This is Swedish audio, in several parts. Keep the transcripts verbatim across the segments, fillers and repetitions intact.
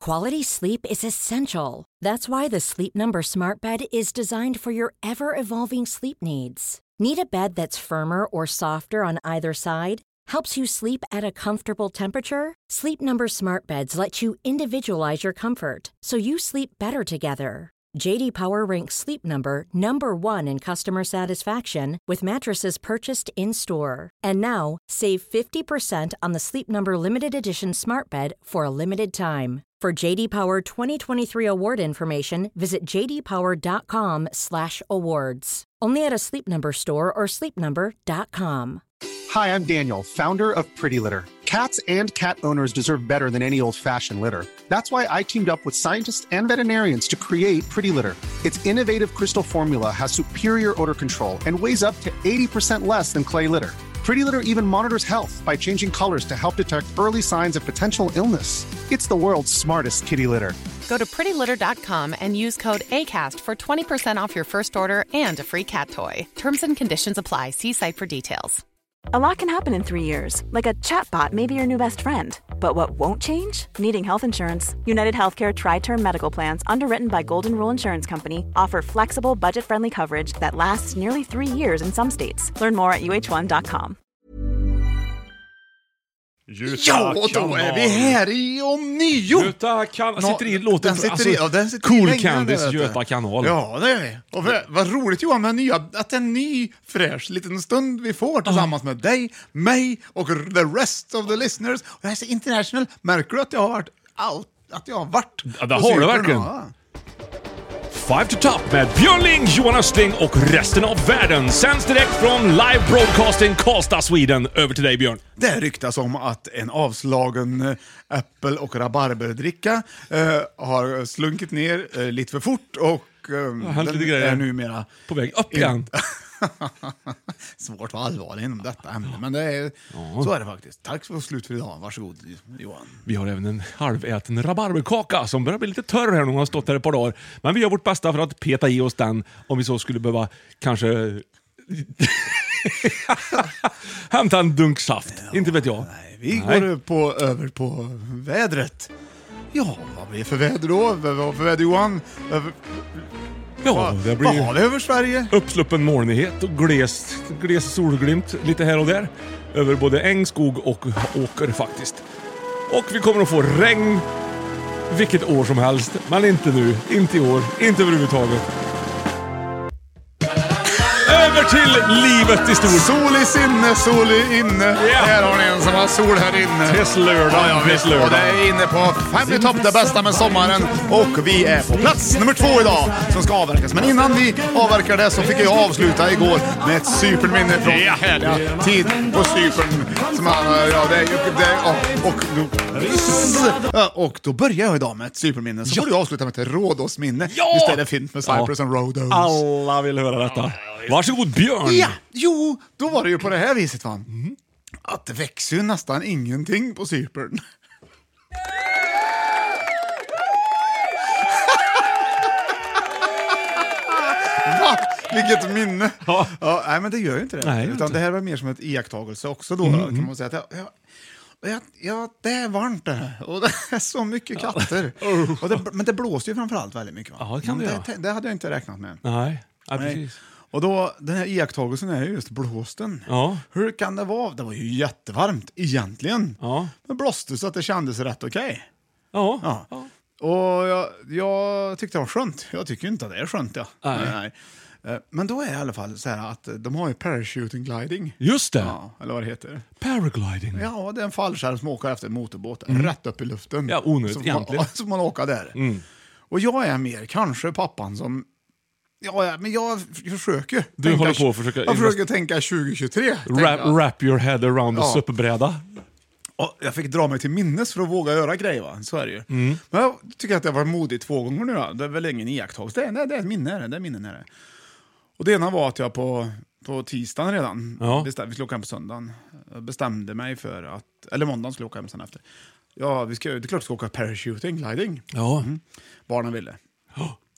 Quality sleep is essential. That's why the Sleep Number Smart Bed is designed for your ever-evolving sleep needs. Need a bed that's firmer or softer on either side? Helps you sleep at a comfortable temperature? Sleep Number Smart Beds let you individualize your comfort, so you sleep better together. J D Power ranks Sleep Number number one in customer satisfaction with mattresses purchased in-store. And now, save fifty percent on the Sleep Number Limited Edition Smart Bed for a limited time. For J D Power twenty twenty-three award information, visit j d power dot com slash awards. Only at a Sleep Number store or sleep number dot com. Hi, I'm Daniel, founder of Pretty Litter. Cats and cat owners deserve better than any old-fashioned litter. That's why I teamed up with scientists and veterinarians to create Pretty Litter. Its innovative crystal formula has superior odor control and weighs up to eighty percent less than clay litter. Pretty Litter even monitors health by changing colors to help detect early signs of potential illness. It's the world's smartest kitty litter. Go to pretty litter dot com and use code ACAST for twenty percent off your first order and a free cat toy. Terms and conditions apply. See site for details. A lot can happen in three years, like a chatbot may be your new best friend. But what won't change? Needing health insurance. United Healthcare Tri-Term Medical Plans, underwritten by Golden Rule Insurance Company, offer flexible, budget-friendly coverage that lasts nearly three years in some states. Learn more at u h one dot com. Ja, då är vi här i om nio. Göta kan sitter i låten. Den sitter alltså, i, ja, den sitter Cool i Candice Göta kanal. Ja, det är vi. Och vad, vad roligt Johan med nya, att en ny fräsch liten stund vi får tillsammans med dig, mig och the rest of the listeners. Och jag är så international. Märker du att jag har varit out, att jag har varit? Ja, det har du verkligen. Five to Top med Björn Ling, Johan Östling och resten av världen sänds direkt från Live Broadcasting Karlstad, Sweden. Över till dig, Björn. Det ryktas om att en avslagen äh, äppel- och rabarberdricka äh, har slunkit ner äh, lite för fort och äh, den är numera på väg upp igen. Svårt att vara allvarlig inom detta ämne, men det är, ja. Så är det faktiskt. Tack för slut för idag. Varsågod, Johan. Vi har även en halväten rabarberkaka som börjar bli lite törr här när hon har stått här ett par dagar. Men vi gör vårt bästa för att peta i oss den om vi så skulle behöva kanske hämta en dunk saft. Ja, inte vet jag. Nej, vi nej. går på, över på vädret. Ja, vad blir det för väder då? Vad för väder, Johan? Över... Ja, det blir vad har vi över Sverige? Uppsluppen molnighet och gles, gles solglimt lite här och där. Över både äng, skog och åker faktiskt. Och vi kommer att få regn vilket år som helst. Men inte nu, inte i år, inte överhuvudtaget. Över till livet i stort. Sol i sinne, sol i inne. Yeah. Här har ni en som har sol här inne. Tills lördag. Ja, ja, visst. Och det är inne på femtio topp, det bästa med sommaren. Och vi är på plats nummer två idag som ska avverkas. Men innan vi avverkar det så fick jag avsluta igår med ett superminne från yeah. härliga tid på Cypern. Som man, ja, det, det, och, och, och, och då börjar jag idag med ett superminne. Så ja. får du avsluta med ett Rhodosminne. Ja. Visst är det fint med Cyprus ja. och Rhodos. Alla vill höra detta. Varsågod, Björn. Ja, jo, då var det ju på det här viset, va? Mm. Att det växer ju nästan ingenting på Cypern. Va? Vilket minne. Ja. Ja, nej, men det gör ju inte det. Nej, utan inte. Det här var mer som ett iakttagelse också då, mm. kan man säga. Att jag, jag, Ja, ja, det är varmt det här. Och det är så mycket katter. Ja. Och det, men det blåser ju framförallt väldigt mycket. Va? Ja, det kan det, det, det hade jag inte räknat med. Nej, ja, precis. Nej. Och då, den här iakttagelsen är just blåsten. Ja. Hur kan det vara? Det var ju jättevarmt egentligen. Ja. Men blåste så att det kändes rätt okej. Okay. Ja. Ja. Ja. Och jag, jag tyckte det var skönt. Jag tycker inte att det är skönt, ja. Nej. Nej, nej. Men då är det i alla fall så här att de har ju parachuting gliding. Just det. Ja, eller vad det heter. Paragliding. Ja, det är en fallskärm som åker efter en motorbåt. Mm. Rätt upp i luften. Ja, onödigt egentligen. Så man åker där. Mm. Och jag är mer kanske pappan som... Ja, men jag försöker. Du tänka, håller på att försöka... Jag försöker tänka tjugo tjugotre. Wrap, wrap your head around the ja. suppbräda. Och jag fick dra mig till minnes för att våga göra grejer, va? Så är det ju. Mm. Men jag tycker att jag var modig två gånger nu. Då. Det är väl ingen iakttagelse. Det är, nej, det är ett minne. Det är minnen är det. Och det ena var att jag på, på tisdagen redan, ja. bestäm, vi skulle åka hem på söndagen, bestämde mig för att, eller måndagen skulle åka hem sen efter. Ja, vi ska, det är klart vi ska åka parachuting, gliding. Ja. Mm. Barnen ville. Ja.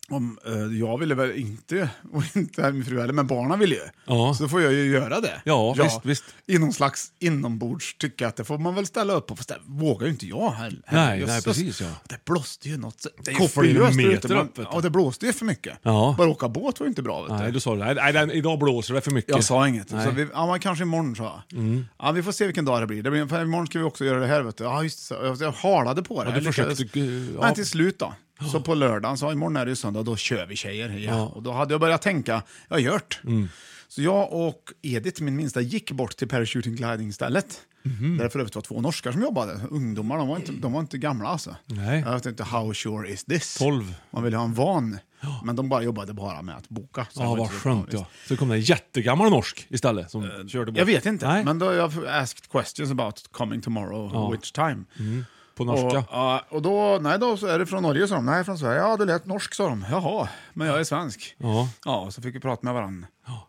Om, uh, jag ville väl inte, och inte min fru heller, men barnen vill ju. Ja. Så får jag ju göra det. Ja, ja, visst, visst. I någon slags inombords tycker att det får man väl ställa upp på. Fast det vågar ju inte jag heller. Nej, just, nej, precis, ja. Det blåste ju något. Det är ju kopiöst meter ute, upp. Ja, det blåste ju för mycket. Ja. Bara åka båt var ju inte bra. Vet Nej, du. du sa det. Nej, nej den, idag blåser det för mycket. Jag sa inget. Nej. Så vi, ja, man kanske imorgon sa jag. Mm. Ja, vi får se vilken dag det blir. Det blir för imorgon ska vi också göra det här. Vet du. Ja, just så. Jag, jag halade på det. Ja, du försökte, lyckades, ja. Men till slut då. Så på lördagen, så imorgon är det ju söndag, då kör vi tjejer. Ja. Ja. Och då hade jag börjat tänka, jag har gjort. Mm. Så jag och Edith, min minsta, gick bort till parachuting gliding-stället. Mm-hmm. Där det för övrigt var två norskar som jobbade. Ungdomar, de var inte, de var inte gamla alltså. Nej. Jag vet inte, how sure is this? tolv. Man ville ha en van. Ja. Men de bara jobbade bara med att boka. Så ja, vad skönt, ja. Så kom det en jättegammal norsk istället som uh, körde bort. Jag vet inte, Nej. men då har jag asked questions about coming tomorrow, ja. Which time. Mm. På norska? Och, ja, och då, nej då så är det från Norge, sa de. Nej, från Sverige. Ja, det lät norsk, sa de. Jaha, men jag är svensk. Ja. Ja, så fick vi prata med varandra. Ja.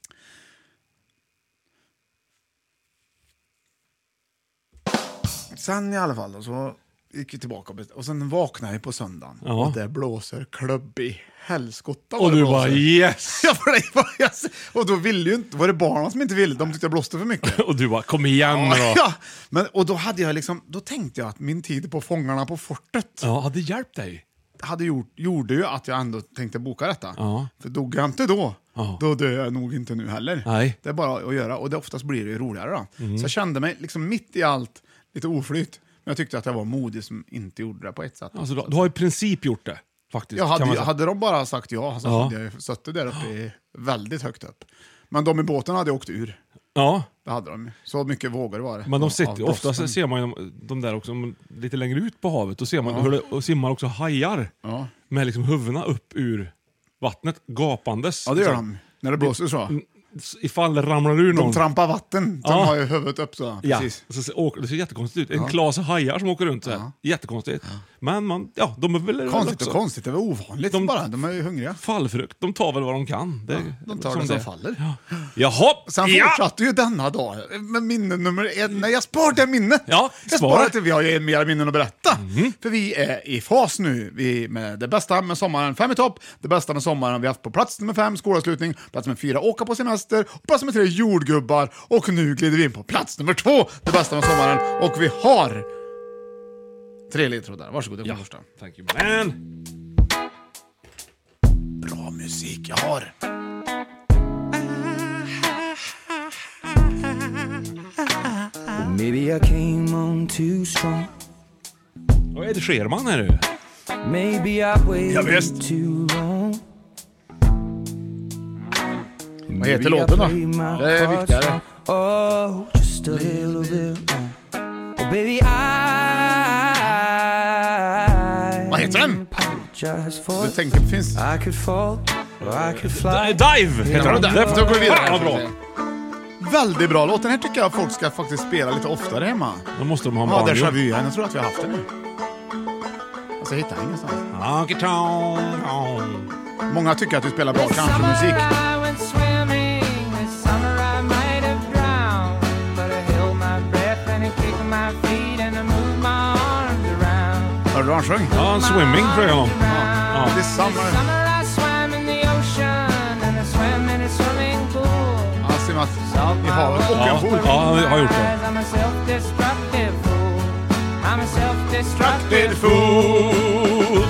Sen i alla fall då, så gick vi tillbaka och, och sen vaknade jag på söndagen. Ja. Och det blåser klubb i helskotta. Och du bara yes! Ja, för det var jag, och då ville ju inte, var det barnen som inte ville, de tyckte jag blåste för mycket. Och du bara, kom igen ja, då. Ja, men, och då hade jag liksom, då tänkte jag att min tid på Fångarna på fortet ja, hade hjälpt dig. hade gjort, gjorde ju att jag ändå tänkte boka detta. Ja. För dog jag inte då, ja. då dör jag nog inte nu heller. Nej. Det är bara att göra, och det oftast blir det ju roligare då. Mm. Så jag kände mig liksom mitt i allt lite oflytt. Men jag tyckte att jag var modig som inte gjorde det på ett sätt. Alltså, du, du har i princip gjort det, faktiskt. Jag hade, hade de bara sagt ja, så ja. hade jag suttit där uppe i, väldigt högt upp. Men de i båten hade åkt ur. Ja. Det hade de. Så mycket vågor var det. Men de sitter, ofta så ser man ju de där också lite längre ut på havet. Då ser man ja. hur det och simmar också hajar. Ja. Med liksom huvudena upp ur vattnet, gapandes. Ja, det gör de. När det blåser så. Ifall det ramlar ur någon. De trampar vatten. De ja. har ju huvudet upp så. Precis. Ja, så åker, det ser jättekonstigt ut. En ja. klas hajar som åker runt så här. Ja. Jättekonstigt. Ja. Men man, ja, de är väl konstigt och konstigt, det är väl ovanligt de, bara. De är ju hungriga. Fallfrukt, de tar väl vad de kan. Det, ja, de tar det som det faller. Ja. Jaha. Sen ja. fortsatte ju denna dag med minne nummer ett. Nej, jag sparar det minnet. Ja, jag sparar det. Vi har ju mer minnen att berätta. Mm. För vi är i fas nu. Vi med det bästa med sommaren, fem i topp. Det bästa med sommaren vi har haft på plats nummer fem, skolavslutning. Plats nummer fyra, åka på semester. Och plats nummer tre, jordgubbar. Och nu glider vi in på plats nummer två, det bästa med sommaren. Och vi har tre ledtrådar. Varsågod, ja. första. Thank you, man. Bra musik jag har. Maybe I came on too strong. Vad är det Scherman här nu? Maybe I waited too long. Vad heter låten då? Det är viktigare. Oh, just a little bit long. Oh, baby, I... Vad heter den? Du tänker det finns... I could fall, or I could fly. Dive! Heter den? Därför går vi vidare. Ja, bra. Väldigt bra låt. Den här tycker jag folk ska faktiskt spela lite oftare hemma. Då måste de ha en ja, banjo. Ja, déjà vu. Jag tror att vi har haft den nu. Alltså, jag hittar ingenstans. Många tycker att du spelar bra countrymusik. Hörde du han sjöng? Ja, swimming tror jag någon. Ja. Det är summer. Han simmat i havet och en pool. Ja, jag har gjort det. Destructed fool.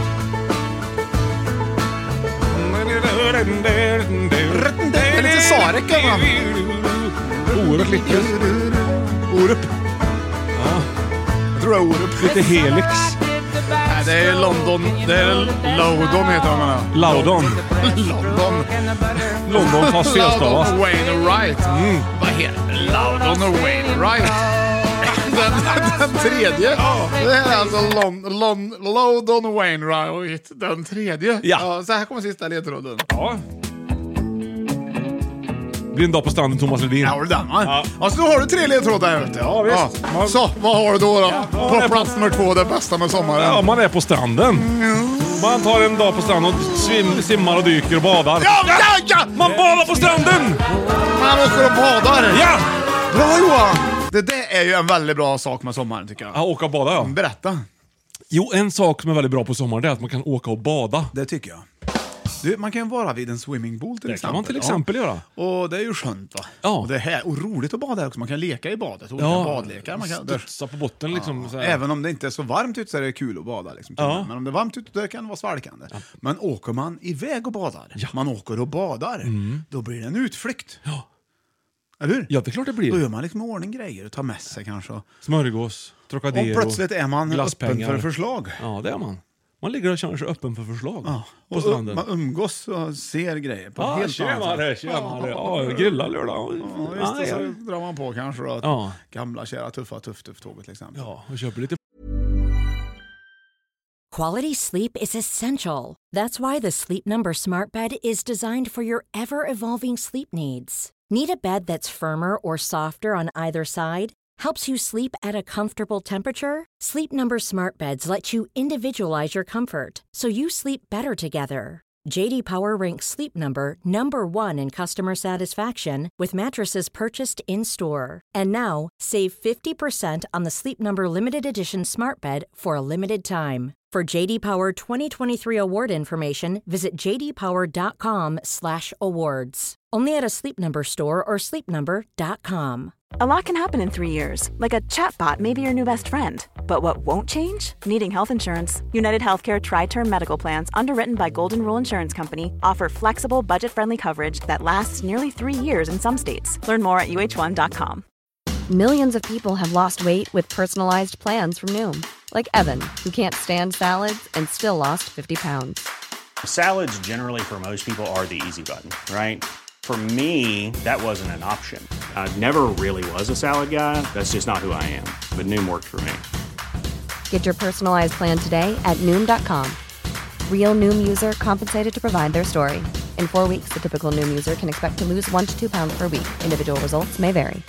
Det är lite Sarek, va? Oerhört lite. Orup. Ja. Jag tror det är Orup. Lite Helix. Nej, det är London. Det är Loudon heter han. Loudon. London. London fast felstavas. Loudon Wainwright. Mm. Vad heter Loudon och Wainwright? Den, den tredje. Det här är alltså Lon, Lon, Loudon Wainwright. Den tredje. Ja. Ja, så här kommer sista ledtråden. Ja. Det blir en dag på stranden, Thomas Ledin. Ja, det den, ja. Alltså, då har du tre ledtrådar här ute. Ja, visst. Ja. Så, vad har du då? då? Ja, på plats nummer två, det bästa med sommaren. Ja, man är på stranden. Mm. Man tar en dag på stranden och svim, simmar och dyker och badar. Ja, ja, ja! Man badar på stranden! Man åker och badar. Ja! Bra, Johan! Det där är ju en väldigt bra sak med sommaren, tycker jag. Ja, åka och bada, ja. Berätta. Jo, en sak som är väldigt bra på sommaren är att man kan åka och bada. Det tycker jag. Du, man kan ju vara vid en swimmingpool till Det exempel. kan man till exempel ja. göra. Och det är ju skönt va? Ja. Och det är här, och roligt att bada också. Man kan leka i badet. Olika Ja, badlekar. Man kan, studsa på botten liksom. Ja, Så här. även om det inte är så varmt ute så är det kul att bada. Liksom, Ja. Men om det är varmt ute då kan det vara svalkande. Ja. Men åker man iväg och badar, Ja. man åker och badar, Mm. då blir det en utflykt. Ja. Eller hur? Ja, det är klart det blir. Då gör man liksom ordning grejer och tar med sig kanske. Smörgås, Trocadero. Och plötsligt är man öppen glasspengar. för förslag. Ja, det är man. Man ligger och känner sig öppen för förslag. Ja. På Och stranden. man umgås och ser grejer på ett Ja, helt annat tjenare, sätt. tjenare. Ja, grilla lördag. Ja, Ja, visst, och ja. så drar man på kanske då, Ja. gamla kära tuffa tuff-tuff-tåget till exempel. Ja, och köper lite. Quality sleep is essential. That's why the Sleep Number Smart Bed is designed for your ever-evolving sleep needs. Need a bed that's firmer or softer on either side? Helps you sleep at a comfortable temperature? Sleep Number Smart Beds let you individualize your comfort so you sleep better together. J D Power ranks Sleep Number number one in customer satisfaction with mattresses purchased in-store. And now, save fifty percent on the Sleep Number Limited Edition Smart Bed for a limited time. For J D Power twenty twenty-three award information, visit j d power dot com slash awards. Only at a Sleep Number store or sleep number dot com. A lot can happen in three years, like a chatbot may be your new best friend. But what won't change? Needing health insurance. United Healthcare Tri-Term Medical Plans, underwritten by Golden Rule Insurance Company, offer flexible, budget-friendly coverage that lasts nearly three years in some states. Learn more at u h one dot com. Millions of people have lost weight with personalized plans from Noom. Like Evan, who can't stand salads and still lost fifty pounds. Salads generally for most people are the easy button, right? For me, that wasn't an option. I never really was a salad guy. That's just not who I am. But Noom worked for me. Get your personalized plan today at Noom dot com. Real Noom user compensated to provide their story. In four weeks, the typical Noom user can expect to lose one to two pounds per week. Individual results may vary.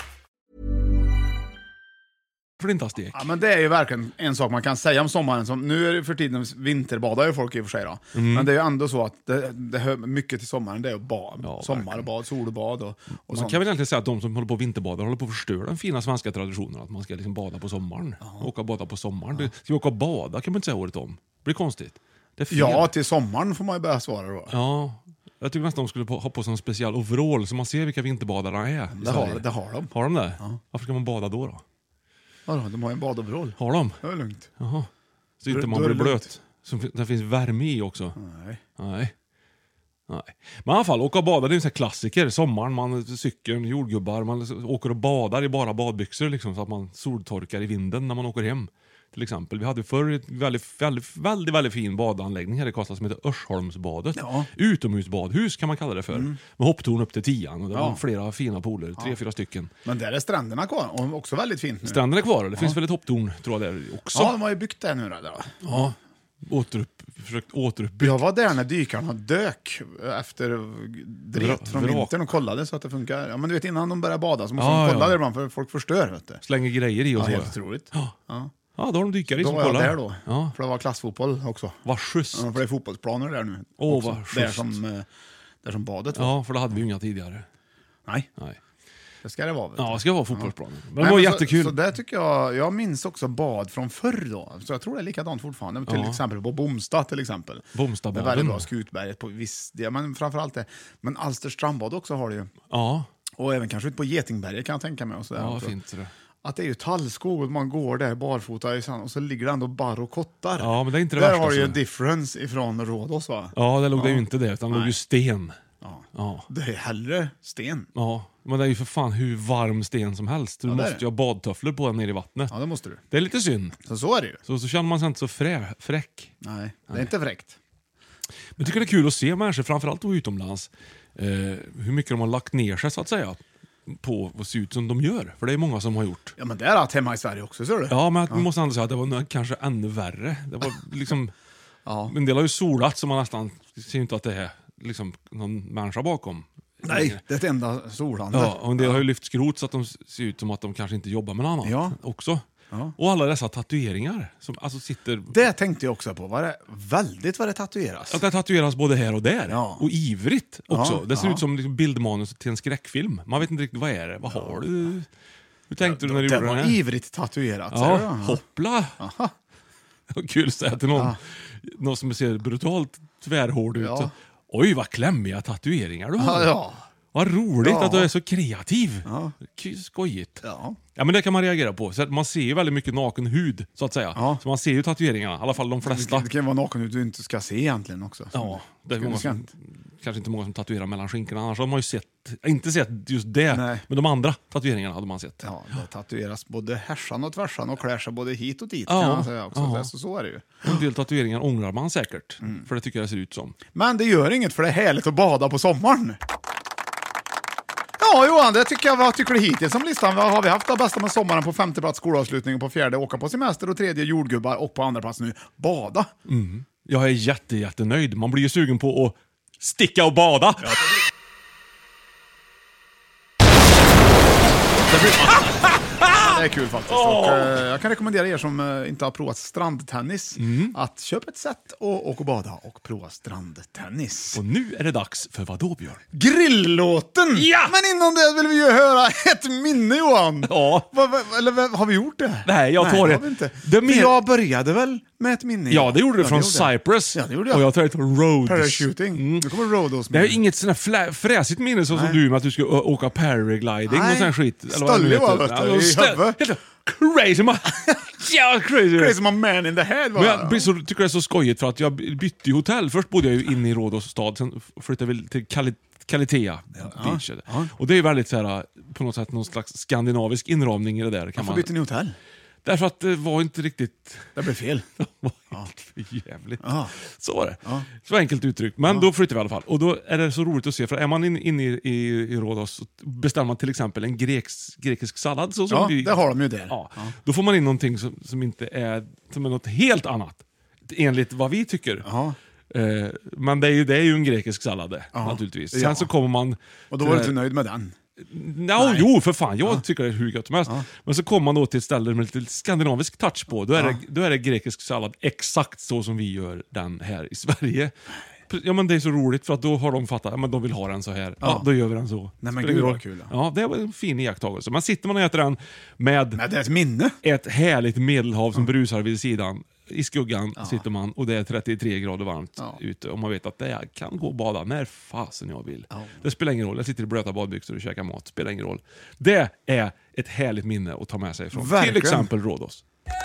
Flintastek. Ja, men det är ju verkligen en sak man kan säga om sommaren. Som, nu är det för tiden vinterbadar ju folk i och för sig då. Mm. Men det är ju ändå så att det, det hör mycket till sommaren. Det är ju bad, Ja, sommarbad, solbad och, och Man sånt. kan väl egentligen säga att de som håller på och vinterbadar håller på att förstöra den fina svenska traditionen att man ska liksom bada på sommaren. Åka och bada på sommaren. Ja. Ska vi åka och bada kan man inte säga året om. Det blir konstigt. Det är fel. Ja, till sommaren får man ju börja svara då. Ja. Jag tycker nästan de skulle på, ha på sig en speciell overall så man ser vilka vinterbadare är. Det har, det har de. Har de det? Ja. Varför ska man bada då då? Vadå, de har ju en badoverall. Har de? Det är lugnt. Jaha. Så Då- inte man då är blir det lugnt. blöt. Så det finns värme i också. Nej. Nej. Nej. Men i alla fall, åka och bada det är en sån här klassiker. Sommaren, man cykeln, jordgubbar, man åker och badar i bara badbyxor liksom, så att man soltorkar i vinden när man åker hem. Till exempel. Vi hade förr ett väldigt, väldigt, väldigt, väldigt fin badanläggning här i Karlstad som heter Örsholmsbadet. Ja. Utomhusbadhus kan man kalla det för. Med hopptorn upp till tian. Och det Ja. var flera fina pooler, tre, fyra stycken. Men där är stränderna kvar och också väldigt fint nu. Stränderna är kvar, det finns väl ett hopptorn tror jag där också. Ja, de har ju byggt det nu då. Ja. Återupp, försökt återuppbygga. Jag var där när dykarna dök efter dret Vra- från vrak. vintern och kollade så att det funkar. Ja, men du vet innan de börjar bada så måste Ja, de kolla ja. där ibland för folk förstör. Vet du. Slänger grejer i och Ja, så. helt otroligt. Ja. Ja. Ja, då har de dykare i Då som var jag kollar. där då, Ja. för det var klassfotboll också. Vad schysst. Ja, för det är fotbollsplaner där nu. Åh, också. vad schysst. Där som, eh, där som badet var. Ja, för det hade vi ju inga tidigare. Nej, Nej. det ska det vara. Vet du. Ja, det ska vara fotbollsplanen. Men Nej, det var men jättekul. Så, så där tycker jag, jag minns också bad från förr då. Så jag tror det är likadant fortfarande. Till Ja. exempel på Bomsta till exempel. Det är Bomstabaden. väldigt bra, Skutberget på viss del, men framförallt det. Men Alster strandbad också har det ju. Ja, Och även kanske ut på Getingberget kan jag tänka mig. Och så där ja också. fint det. Att det är ju tallskog och man går där barfota i sand och så ligger det ändå barr och kottar. Ja, men det är inte det där värsta, har du ju så. en difference ifrån Rhodos va? Ja, det låg Ja. det ju inte det, utan det låg ju sten. Ja. Ja. Det är hellre sten. Ja, men det är ju för fan hur varm sten som helst. Du Ja, det är måste det. ju ha badtofflor på den nere i vattnet. Ja, det måste du. Det är lite synd. Så så är det ju. Så, så känner man sig inte så frä, fräck. Nej, det är inte fräckt. Men jag tycker det är kul att se människor, framförallt då utomlands, eh, hur mycket de har lagt ner sig så att säga på att se ut som de gör. För det är många som har gjort. Ja, men det är allt hemma i Sverige också, ser du? Ja, men vi måste ändå säga att det var nog kanske ännu värre. Det var liksom... Ja. En del har ju solat så man nästan ser inte att det är liksom någon människa bakom. Nej, det är ett enda solande. Ja, och en del har ju lyft skrot så att de ser ut som att de kanske inte jobbar med något annat Ja. också. Ja. Och alla dessa tatueringar som alltså sitter... Det tänkte jag också på. Var det väldigt vad det tatueras? Att det tatueras både här och där. Ja. Och ivrigt också. Ja, det ser ja. ut som liksom bildmanus till en skräckfilm. Man vet inte riktigt vad är det. Vad har du? Hur tänkte du när du det gjorde var den här? ivrigt tatuerat. ser du? Ja, hoppla! Vad kul att säga till någon, någon som ser brutalt tvärhård ut. Ja. Oj, vad klämmiga tatueringar du har. Ja, ja. Vad roligt Ja. att du är så kreativ. Ja. Skojigt. Ja. Ja, men det kan man reagera på. Så att man ser ju väldigt mycket naken hud, så att säga. Ja. Så man ser ju tatueringarna, i alla fall de flesta. Det, det kan vara naken ut du inte ska se egentligen också. Ja, det är Ska- många ska som, inte- kanske inte många som tatuerar mellan skinkorna. Annars har man ju sett, inte sett just det, Nej. men de andra tatueringarna hade man sett. Ja, det tatueras både härsan och tvärsan och klär sig både hit och dit, Ja. kan man säga också. Ja. Det, så, så är det ju. En del tatueringar ångrar man säkert, Mm. för det tycker jag det ser ut som. Men det gör inget, för det är härligt att bada på sommaren. Ja, Johan, det tycker jag. Vad tycker du hittills om listan? Vad har vi haft det bästa med sommaren? På femte plats skolavslutning, och på fjärde åka på semester, och tredje jordgubbar, och på andra plats nu bada. Mm. Jag är jätte, jättenöjd. Man blir ju sugen på att sticka och bada. Ja. Det, blir... det är kul faktiskt. Och, eh, jag kan rekommendera er som eh, inte har provat strandtennis Mm. att köpa ett set och åka och bada och prova strandtennis. Och nu är det dags för vad då, Björn? Grilllåten! Ja! Men innan det vill vi ju höra ett minne, Johan. Ja. Va, va, eller va, har vi gjort det? Nej, jag tar Nej, det. Har vi inte. Det är För mer- jag började väl med ett minne. Ja, det gjorde du Ja, från gjorde jag. Cyprus. Ja, det gjorde jag. Och jag tar ett Rhodes. Parachuting. Mm. Nu kommer Rhodes. Det är ju inget sånt här flä- fräsigt minne så som Nej. du med att du ska å- åka paragliding Nej. och sån skit. Eller vad det Stöllig nu var, heter. vet du, i stä- huvudet. helt Crazy man. Ja, crazy. Crazy my man in the head. Va? Men jag blir så, tycker det är så skojigt för att jag bytte ju hotell. Först bodde jag ju inne i Rhodos stad, sen flyttade vi till Kali- Kalitea Beach. ja. Och det är ju väldigt så här, på något sätt någon slags skandinavisk inramning i det där. Kan Varför man... bytte ni hotell? Därför att det var inte riktigt... Det blev fel. Det var helt för jävligt. Ja. Så var det. Ja. Så enkelt uttryckt. Men då flyttade vi i alla fall. Och då är det så roligt att se, för är man inne in i, i, i Rhodos så beställer man till exempel en greks, grekisk sallad. Så som Ja, vi, det har de ju där. Ja. Då får man in någonting som, som inte är, som är något helt annat. Enligt vad vi tycker. Ja. Eh, men det är, ju, det är ju en grekisk sallad det, naturligtvis. Sen Ja. så kommer man... Och då till var du det inte här- nöjd med den? No, jo, för fan. Jag tycker det är hur gött som helst. Men så kommer man då till ett ställe med lite skandinavisk touch på. Då är, det, då är det grekisk sallad exakt så som vi gör den här i Sverige. Ja, men det är så roligt för att då har de fattat, ja, men de vill ha den så här. Ja, Ja. då gör vi den så. Nej, men Spelar gud, ingen vad roll. kul, Ja, det var en fin iakttagelse. Man sitter man och äter den med Men det är ett minne. ett härligt medelhav som brusar vid sidan. I skuggan sitter man och det är trettiotre grader varmt Ja. ute och man vet att det kan gå och bada när fasen jag vill. Det spelar ingen roll. Jag sitter i blöta badbyxor och käkar mat. Spelar ingen roll. Det är ett härligt minne att ta med sig från Verkligen. till exempel Rhodos.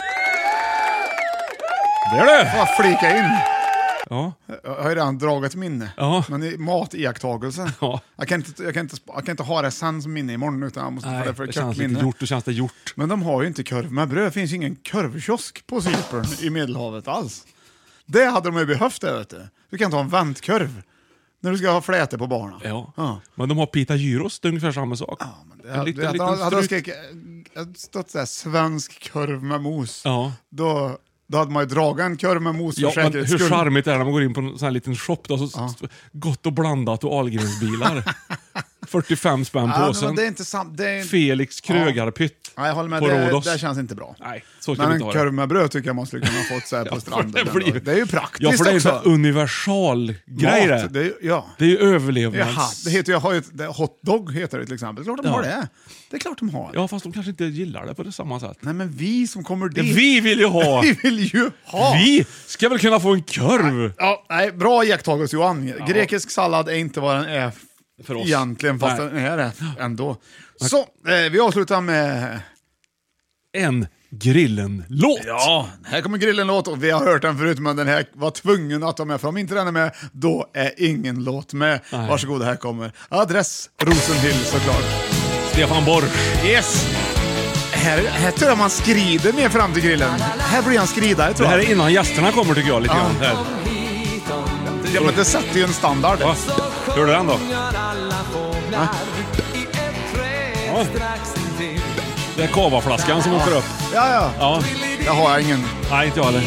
Det är det! Bara flika in. Ja. Jag har ju redan dragit minne. Ja. Men i matiakttagelsen. Ja. Jag, kan inte, jag, kan inte, jag kan inte ha det sen som minne imorgon, utan jag måste få Nej, det för det ett känns kort lite minne. gjort. Då känns det gjort. Men de har ju inte korv med bröd. Det finns ju ingen korvkiosk på Cypern i Medelhavet alls. Det hade de ju behövt det, vet du. Du kan inte ha en väntkorv när du ska ha flätor på barnen. Ja. Ja. Men de har pita gyros, det är ungefär samma sak. Ja, men det, En hade, liten- det, liten hade, hade de strut. skrikit, stått såhär, svensk korv med mos. Ja. Då, då hade man ju dragit en korv med mos för Ja, men säkerhets hur skull. charmigt är det när man går in på en sån här liten shop då, så ja. Gott och blandat och Ahlgrensbilar. fyrtiofem spänn Ja, påsen. men det är inte sant. Det är... Felix Krögarpytt Ja, jag håller med. på Det, Rhodos. det känns inte bra. Nej, så ska Men vi en inte ha det. korv med bröd tycker jag man skulle kunna ha fått så här på Ja, stranden. för det blir- ändå. Det är ju praktiskt Ja, för det är också. en sån universal grej det. Mat, det är, ju- ja. Det är ju Jaha, överlevnads... det heter ju, jag har ju ett, det, hotdog heter det till exempel. Det är klart de Ja. har det. Det är klart de har. Ja, fast de kanske inte gillar det på det samma sätt. Nej, men vi som kommer Ja, dit. vi vill ju ha... Vi vill ju ha. Vi ska väl kunna få en korv? Ja, nej, bra iakttagelse Johan. Grekisk sallad är inte vad den är För oss. egentligen, fast Nej. den är det ändå. Så, eh, vi avslutar med... En Grillen-låt. Ja, här kommer Grillen-låt och vi har hört den förut, men den här var tvungen att ta med. För om inte den är med, då är ingen låt med. Nej. Varsågod, här kommer Adress Rosenhill såklart. Stefan Borsch. Yes! Här, här tror jag man skrider ner fram till grillen. Här blir han skridare tror Det här jag. är innan gästerna kommer tycker jag lite Ja. grann. Här. Ja, men det sätter ju en standard. Ja. Hör du den då? Ja. Ja. Det är kavaflaskan som åker upp. Ja, ja. Ja. Det har jag ingen. Nej, inte jag heller.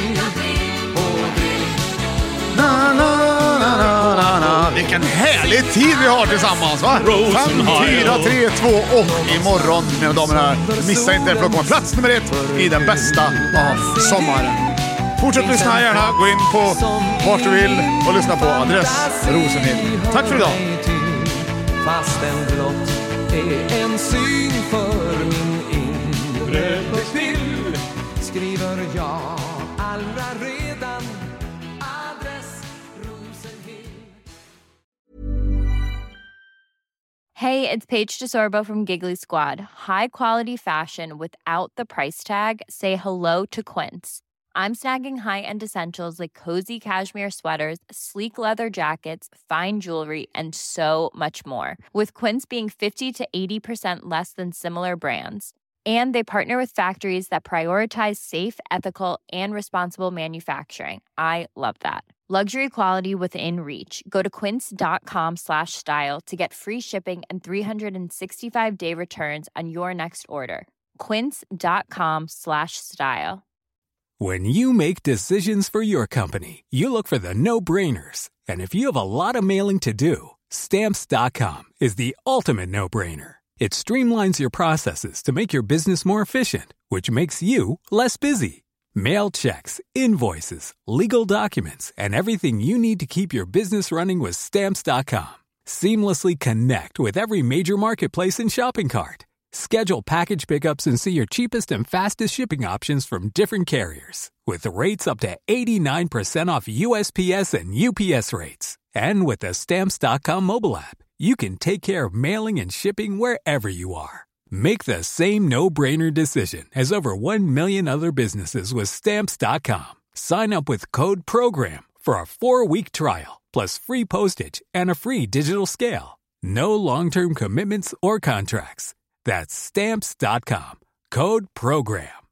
Na, na, na, na, na, na. Vilken härlig tid vi har tillsammans, va? fem, fyra, tre, två och imorgon, mina damer och herrar. Missa inte det, för att komma plats nummer ett i den bästa av sommaren. Fortsätt lyssna gärna. Gå in på vart du vill och lyssna på Adress Rosenhill. Tack för idag. Fast en blott är en syn för min inre bild, skriver jag allra redan Adress Rosenhill. Hey, it's Paige DeSorbo from Giggly Squad. High quality fashion without the price tag. Say hello to Quince. I'm snagging high-end essentials like cozy cashmere sweaters, sleek leather jackets, fine jewelry, and so much more. With Quince being fifty to eighty percent less than similar brands. And they partner with factories that prioritize safe, ethical, and responsible manufacturing. I love that. Luxury quality within reach. Go to quince.com slash style to get free shipping and three sixty-five day returns on your next order. Quince.com slash style. When you make decisions for your company, you look for the no-brainers. And if you have a lot of mailing to do, Stamps dot com is the ultimate no-brainer. It streamlines your processes to make your business more efficient, which makes you less busy. Mail checks, invoices, legal documents, and everything you need to keep your business running with Stamps dot com. Seamlessly connect with every major marketplace and shopping cart. Schedule package pickups and see your cheapest and fastest shipping options from different carriers. With rates up to eighty-nine percent off U S P S and U P S rates. And with the Stamps dot com mobile app, you can take care of mailing and shipping wherever you are. Make the same no-brainer decision as over one million other businesses with Stamps dot com. Sign up with code PROGRAM for a four-week trial, plus free postage and a free digital scale. No long-term commitments or contracts. That's Stamps dot com. Code PROGRAM.